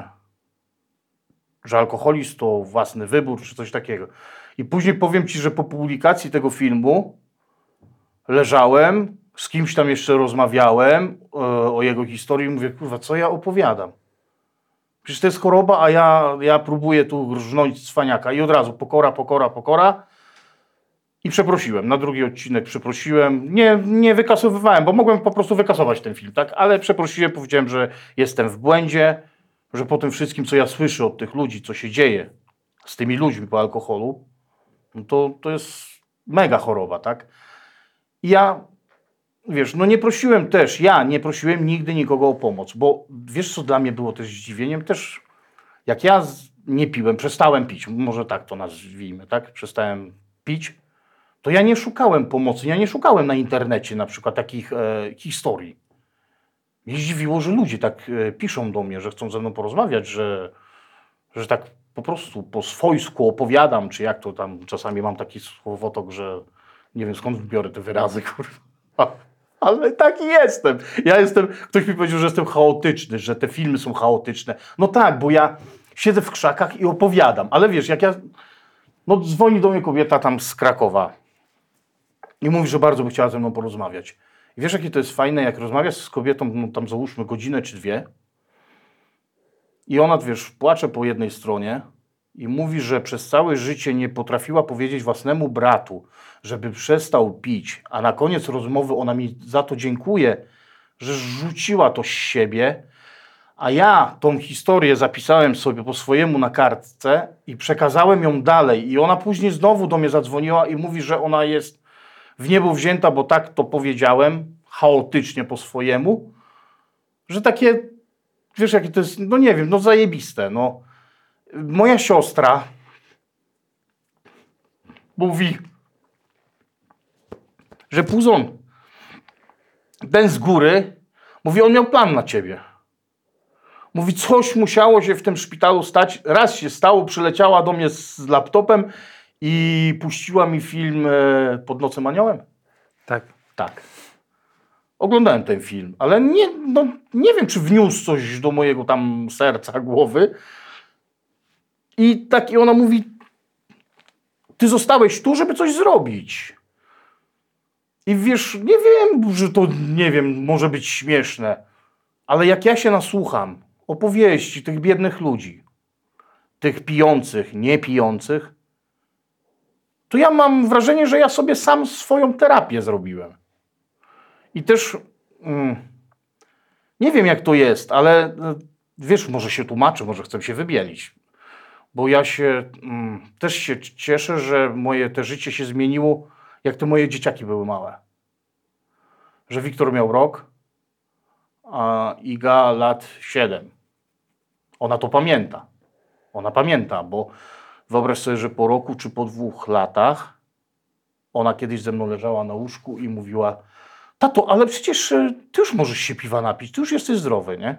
alkoholizm to własny wybór, czy coś takiego. I później powiem ci, że po publikacji tego filmu leżałem, z kimś tam jeszcze rozmawiałem o jego historii i mówię, kurwa, co ja opowiadam? Przecież to jest choroba, a ja próbuję tu rżnąć cwaniaka. I od razu pokora. I przeprosiłem. Na drugi odcinek przeprosiłem. Nie wykasowywałem, bo mogłem po prostu wykasować ten film, tak? Ale przeprosiłem, powiedziałem, że jestem w błędzie, że po tym wszystkim, co ja słyszę od tych ludzi, co się dzieje z tymi ludźmi po alkoholu, no to jest mega choroba, tak? I ja, wiesz, no nie prosiłem nigdy nikogo o pomoc, bo wiesz, co dla mnie było też zdziwieniem? Też jak ja nie piłem, przestałem pić, może tak to nazwijmy, tak? Przestałem pić, to ja nie szukałem pomocy, ja nie szukałem na internecie na przykład takich historii. Mnie zdziwiło, że ludzie tak piszą do mnie, że chcą ze mną porozmawiać, że tak po prostu po swojsku opowiadam, czy jak to tam, czasami mam taki słowotok, że nie wiem skąd biorę te wyrazy, kurwa. Ale taki jestem. Ktoś mi powiedział, że jestem chaotyczny, że te filmy są chaotyczne. No tak, bo ja siedzę w krzakach i opowiadam. Ale wiesz, no dzwoni do mnie kobieta tam z Krakowa i mówi, że bardzo by chciała ze mną porozmawiać. I wiesz, jakie to jest fajne, jak rozmawiasz z kobietą, no tam załóżmy godzinę czy dwie i ona, wiesz, płacze po jednej stronie i mówi, że przez całe życie nie potrafiła powiedzieć własnemu bratu, żeby przestał pić, a na koniec rozmowy ona mi za to dziękuje, że rzuciła to z siebie, a ja tą historię zapisałem sobie po swojemu na kartce i przekazałem ją dalej i ona później znowu do mnie zadzwoniła i mówi, że ona jest w niebo wzięta, bo tak to powiedziałem, chaotycznie po swojemu, że takie, wiesz jakie to jest, no nie wiem, no zajebiste, no. Moja siostra mówi, że Puzon, ten z góry, mówi, on miał plan na ciebie. Mówi, coś musiało się w tym szpitalu stać. Raz się stało, przyleciała do mnie z laptopem i puściła mi film Pod nocem aniołem. Tak. Tak. Oglądałem ten film, ale nie wiem, czy wniósł coś do mojego tam serca, głowy. I ona mówi, ty zostałeś tu, żeby coś zrobić. I wiesz, nie wiem, że to, nie wiem, może być śmieszne, ale jak ja się nasłucham opowieści tych biednych ludzi, tych pijących, niepijących, to ja mam wrażenie, że ja sobie sam swoją terapię zrobiłem. I też nie wiem, jak to jest, ale wiesz, może się tłumaczę, może chcę się wybielić. Bo ja też się cieszę, że moje te życie się zmieniło, jak te moje dzieciaki były małe. Że Wiktor miał rok, a Iga lat 7. Ona to pamięta. Ona pamięta, bo wyobraź sobie, że po roku czy po 2 latach ona kiedyś ze mną leżała na łóżku i mówiła, tato, ale przecież ty już możesz się piwa napić, ty już jesteś zdrowy, nie?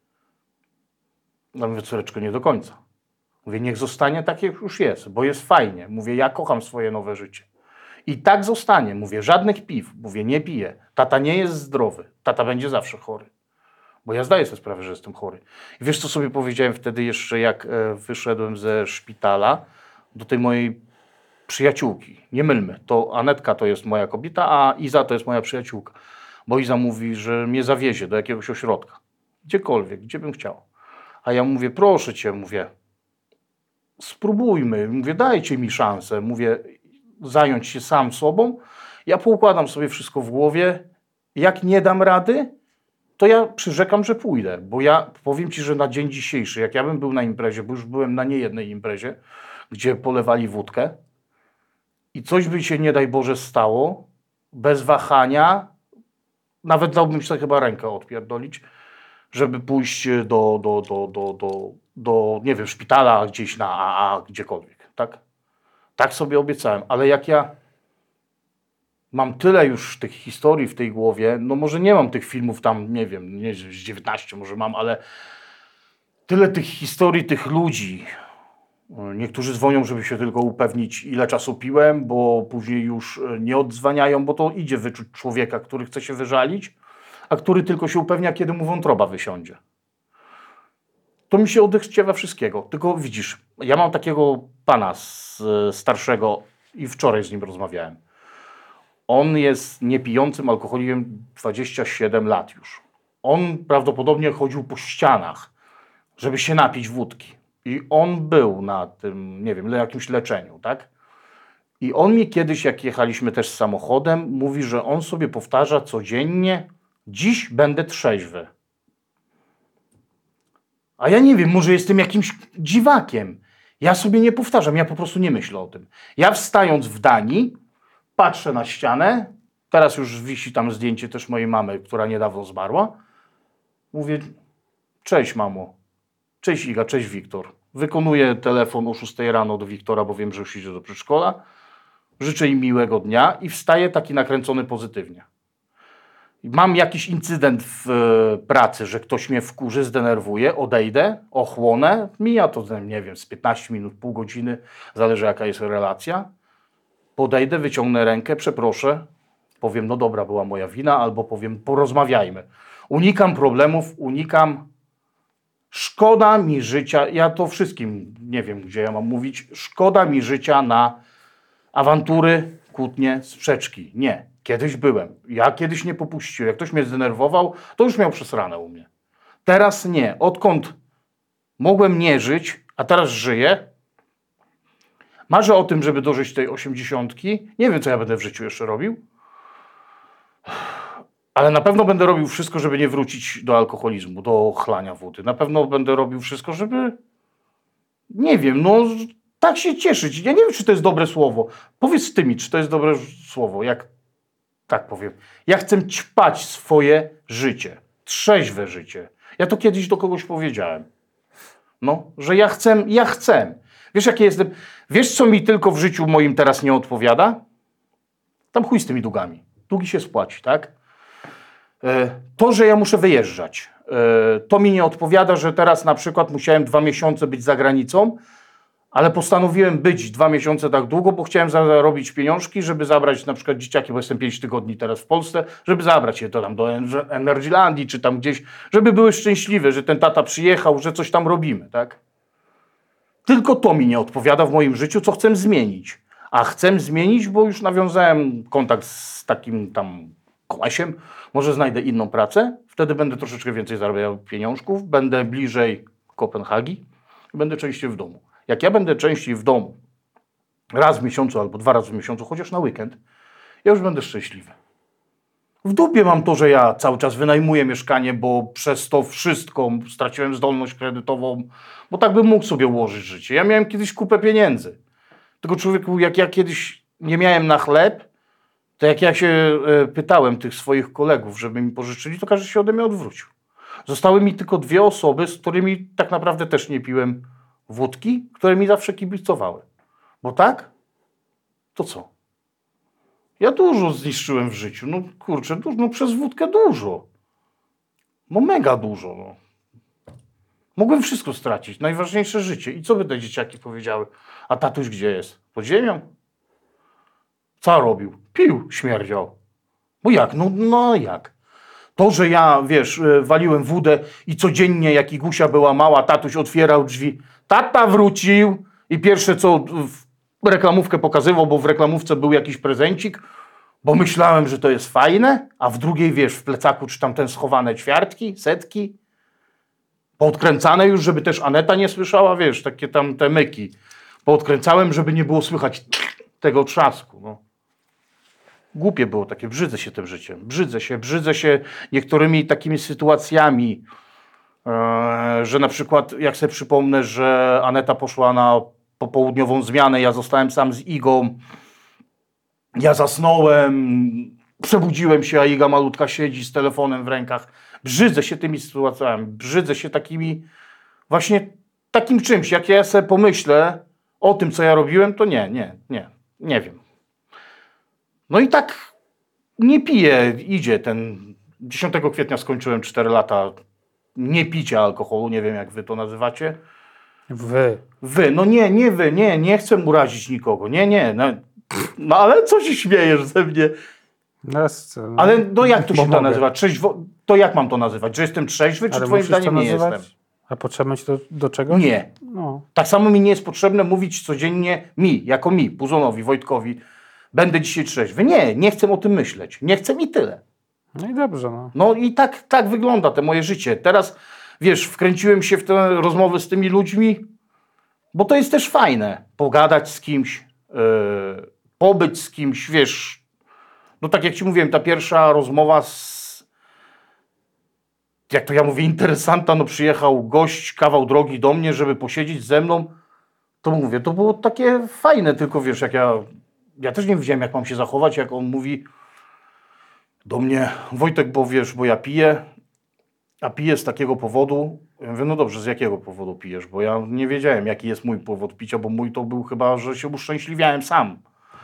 Ja mówię, córeczko, nie do końca. Mówię, niech zostanie tak, jak już jest, bo jest fajnie. Mówię, ja kocham swoje nowe życie. I tak zostanie. Mówię, żadnych piw. Mówię, nie piję. Tata nie jest zdrowy. Tata będzie zawsze chory. Bo ja zdaję sobie sprawę, że jestem chory. I wiesz, co sobie powiedziałem wtedy jeszcze, jak wyszedłem ze szpitala do tej mojej przyjaciółki. Nie mylmy, to Anetka to jest moja kobieta, a Iza to jest moja przyjaciółka. Bo Iza mówi, że mnie zawiezie do jakiegoś ośrodka. Gdziekolwiek, gdzie bym chciał. A ja mówię, proszę cię, mówię, spróbujmy. Mówię, dajcie mi szansę. Mówię, zająć się sam sobą. Ja poukładam sobie wszystko w głowie. Jak nie dam rady, to ja przyrzekam, że pójdę. Bo ja powiem ci, że na dzień dzisiejszy, jak ja bym był na imprezie, bo już byłem na niejednej imprezie, gdzie polewali wódkę i coś by się, nie daj Boże, stało, bez wahania, nawet dałbym sobie chyba rękę odpierdolić, żeby pójść do nie wiem, szpitala gdzieś na AA, gdziekolwiek, tak? Tak sobie obiecałem, ale jak ja mam tyle już tych historii w tej głowie, no może nie mam tych filmów tam, nie wiem, nie, z 19 może mam, ale tyle tych historii, tych ludzi. Niektórzy dzwonią, żeby się tylko upewnić, ile czasu piłem, bo później już nie odzwaniają, bo to idzie wyczuć człowieka, który chce się wyżalić, a który tylko się upewnia, kiedy mu wątroba wysiądzie. To mi się odechciewa wszystkiego. Tylko widzisz, ja mam takiego pana starszego i wczoraj z nim rozmawiałem. On jest niepijącym alkoholikiem 27 lat już. On prawdopodobnie chodził po ścianach, żeby się napić wódki. I on był na tym, nie wiem, jakimś leczeniu, tak? I on mi kiedyś, jak jechaliśmy też samochodem, mówi, że on sobie powtarza codziennie, dziś będę trzeźwy. A ja nie wiem, może jestem jakimś dziwakiem. Ja sobie nie powtarzam, ja po prostu nie myślę o tym. Ja wstając w Danii, patrzę na ścianę, teraz już wisi tam zdjęcie też mojej mamy, która niedawno zmarła. Mówię, cześć mamo, cześć Iga, cześć Wiktor. Wykonuję telefon o 6 rano do Wiktora, bo wiem, że już idzie do przedszkola. Życzę im miłego dnia i wstaję taki nakręcony pozytywnie. Mam jakiś incydent w pracy, że ktoś mnie wkurzy, zdenerwuje, odejdę, ochłonę. Mija to, nie wiem, z 15 minut, pół godziny, zależy jaka jest relacja. Podejdę, wyciągnę rękę, przeproszę, powiem, no dobra, była moja wina, albo powiem, porozmawiajmy. Unikam problemów, szkoda mi życia, ja to wszystkim, nie wiem gdzie ja mam mówić, szkoda mi życia na awantury, kłótnie, sprzeczki. Nie, kiedyś byłem. Ja kiedyś nie popuściłem. Jak ktoś mnie zdenerwował, to już miał przesrane u mnie. Teraz nie. Odkąd mogłem nie żyć, a teraz żyję, marzę o tym, żeby dożyć tej 80. Nie wiem, co ja będę w życiu jeszcze robił, ale na pewno będę robił wszystko, żeby nie wrócić do alkoholizmu, do chlania wody. Na pewno będę robił wszystko, żeby, nie wiem, no tak się cieszyć. Ja nie wiem, czy to jest dobre słowo. Powiedz ty mi, czy to jest dobre słowo. Jak tak powiem. Ja chcę ćpać swoje życie. Trzeźwe życie. Ja to kiedyś do kogoś powiedziałem. No, że ja chcę. Wiesz, jakie jestem? Wiesz, co mi tylko w życiu moim teraz nie odpowiada? Tam chuj z tymi długami. Długi się spłaci, tak? To, że ja muszę wyjeżdżać. To mi nie odpowiada, że teraz na przykład musiałem 2 miesiące być za granicą, ale postanowiłem być 2 miesiące tak długo, bo chciałem zarobić pieniążki, żeby zabrać na przykład dzieciaki, bo jestem 5 tygodni teraz w Polsce, żeby zabrać je to tam do Energylandii, czy tam gdzieś, żeby były szczęśliwe, że ten tata przyjechał, że coś tam robimy, tak? Tylko to mi nie odpowiada w moim życiu, co chcę zmienić. A chcę zmienić, bo już nawiązałem kontakt z takim tam kołasiem, może znajdę inną pracę, wtedy będę troszeczkę więcej zarabiał pieniążków, będę bliżej Kopenhagi i będę częściej w domu. Jak ja będę częściej w domu, raz w miesiącu albo 2 razy w miesiącu, chociaż na weekend, ja już będę szczęśliwy. W dupie mam to, że ja cały czas wynajmuję mieszkanie, bo przez to wszystko straciłem zdolność kredytową, bo tak bym mógł sobie ułożyć życie. Ja miałem kiedyś kupę pieniędzy. Tylko człowieku, jak ja kiedyś nie miałem na chleb, to jak ja się pytałem tych swoich kolegów, żeby mi pożyczyli, to każdy się ode mnie odwrócił. Zostały mi tylko 2 osoby, z którymi tak naprawdę też nie piłem wódki, które mi zawsze kibicowały. Bo tak? To co? Ja dużo zniszczyłem w życiu. No kurczę, no przez wódkę dużo. No mega dużo. No. Mogłem wszystko stracić. Najważniejsze życie. I co by te dzieciaki powiedziały? A tatuś gdzie jest? Pod ziemią? Co robił? Pił, śmierdział. Bo jak? No jak? To, że ja, wiesz, waliłem wódę i codziennie, jak Igusia była mała, tatuś otwierał drzwi. Tata wrócił i pierwsze co reklamówkę pokazywał, bo w reklamówce był jakiś prezencik, bo myślałem, że to jest fajne, a w drugiej, wiesz, w plecaku czy tam ten schowane ćwiartki, setki, poodkręcane już, żeby też Aneta nie słyszała, wiesz, takie tam te myki. Poodkręcałem, żeby nie było słychać tego trzasku, no. Głupie było takie, brzydzę się tym życiem, brzydzę się niektórymi takimi sytuacjami, że na przykład, jak sobie przypomnę, że Aneta poszła na popołudniową zmianę, ja zostałem sam z Igą, ja zasnąłem, przebudziłem się, a Iga malutka siedzi z telefonem w rękach. Brzydzę się tymi sytuacjami, brzydzę się takimi, właśnie takim czymś, jak ja sobie pomyślę o tym, co ja robiłem, to nie wiem. No i tak nie piję, idzie ten, 10 kwietnia skończyłem 4 lata nie picia alkoholu, nie wiem jak wy to nazywacie. Wy, no nie wy, nie chcę urazić nikogo, no ale co się śmiejesz ze mnie? Ale no jak to się da nazywać? To jak mam to nazywać? Że jestem trzeźwy, czy twoim zdaniem nie jestem? A potrzebne ci to do czegoś? Nie. No. Tak samo mi nie jest potrzebne mówić codziennie jako Puzonowi, Wojtkowi, będę dzisiaj trzeźwy. Nie chcę o tym myśleć. Nie chcę i tyle. No i dobrze. No, no i tak wygląda to moje życie. Teraz, wiesz, wkręciłem się w te rozmowy z tymi ludźmi, bo to jest też fajne. Pogadać z kimś, pobyć z kimś, wiesz. No tak jak ci mówiłem, ta pierwsza rozmowa jak to ja mówię, interesanta, no przyjechał gość, kawał drogi do mnie, żeby posiedzieć ze mną, to mówię, to było takie fajne, tylko wiesz, jak ja też nie wiedziałem, jak mam się zachować, jak on mówi do mnie, Wojtek, bo wiesz, bo ja piję, a piję z takiego powodu. Ja mówię, no dobrze, z jakiego powodu pijesz? Bo ja nie wiedziałem, jaki jest mój powód picia, bo mój to był chyba, że się uszczęśliwiałem sam.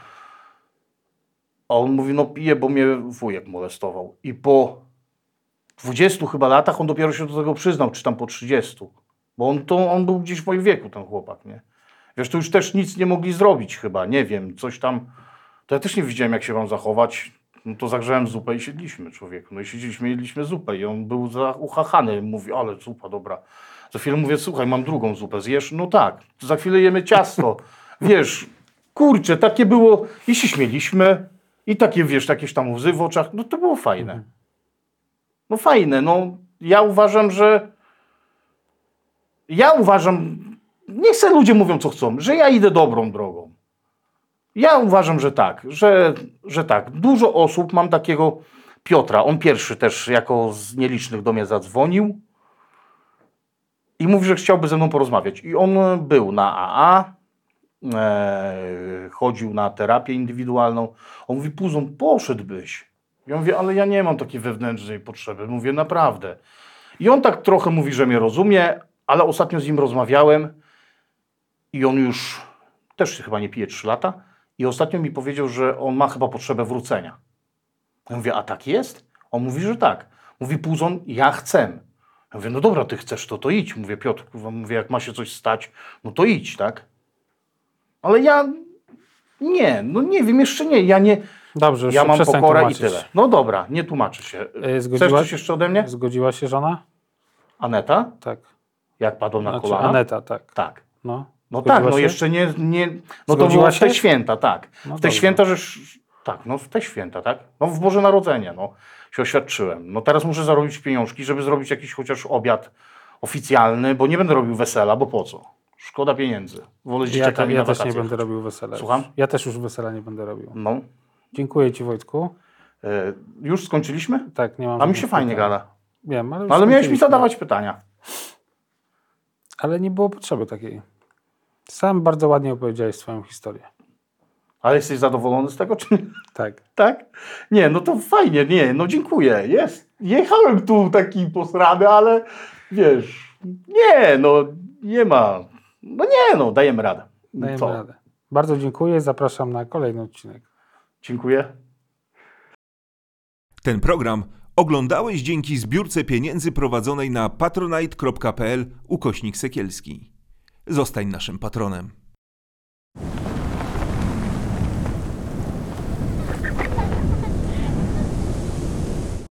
A on mówi, no piję, bo mnie wujek molestował. I po 20 chyba latach on dopiero się do tego przyznał, czy tam po 30. Bo on był gdzieś w moim wieku, ten chłopak, nie? Wiesz, to już też nic nie mogli zrobić chyba, nie wiem, coś tam. To ja też nie wiedziałem, jak się mam zachować. No to zagrzałem zupę i siedliśmy, człowieku. No i siedzieliśmy, jedliśmy zupę i on był uchachany. Mówi, ale zupa dobra. Za chwilę mówię, słuchaj, mam drugą zupę, zjesz? No tak. Za chwilę jemy ciasto. Wiesz, kurczę, takie było i się śmieliśmy i takie, wiesz, jakieś tam łzy w oczach. No to było fajne. No fajne, no ja uważam, niech se ludzie mówią co chcą, że ja idę dobrą drogą. Ja uważam, że tak, że tak. Dużo osób, mam takiego Piotra, on pierwszy też jako z nielicznych do mnie zadzwonił i mówi, że chciałby ze mną porozmawiać. I on był na AA, chodził na terapię indywidualną. On mówi, Puzon, poszedłbyś. Ja mówię, ale ja nie mam takiej wewnętrznej potrzeby. Mówię, naprawdę. I on tak trochę mówi, że mnie rozumie, ale ostatnio z nim rozmawiałem i on już też chyba nie pije 3 lata i ostatnio mi powiedział, że on ma chyba potrzebę wrócenia. Ja mówię, a tak jest? On mówi, że tak. Mówi, Puzon, ja chcę. Ja mówię, no dobra, ty chcesz, to idź. Mówię, Piotr, mówię, jak ma się coś stać, no to idź, tak? Ale ja nie wiem, jeszcze nie. Dobrze, ja mam pokorę tłumaczyć. i tyle. No dobra, nie tłumaczę się. Chcesz coś jeszcze ode mnie? Zgodziła się żona? Aneta? Tak. Jak padł na kolana? Aneta, tak. Tak. No tak, no jeszcze nie no to było w te święta, tak. No w te święta, w te święta, tak. No w Boże Narodzenie, no. Się oświadczyłem. No teraz muszę zarobić pieniążki, żeby zrobić jakiś chociaż obiad oficjalny, bo nie będę robił wesela, bo po co? Szkoda pieniędzy. Wolę z dzieciakami na wakacje. Ja też nie będę robił wesela. Słucham? Ja też już wesela nie będę robił. No. Dziękuję ci, Wojtku. Już skończyliśmy? Tak, nie mam. A mi się fajnie gada. Wiem, ale miałeś mi zadawać pytania. Ale nie było potrzeby takiej. Sam bardzo ładnie opowiedziałeś swoją historię. Ale jesteś zadowolony z tego, czy nie? Tak. Tak? Nie, no to fajnie, no dziękuję. Jechałem tu taki posrany, ale wiesz, nie ma. Dajemy radę. Dajemy radę. Bardzo dziękuję, zapraszam na kolejny odcinek. Dziękuję. Ten program oglądałeś dzięki zbiórce pieniędzy prowadzonej na patronite.pl/Sekielski. Zostań naszym patronem.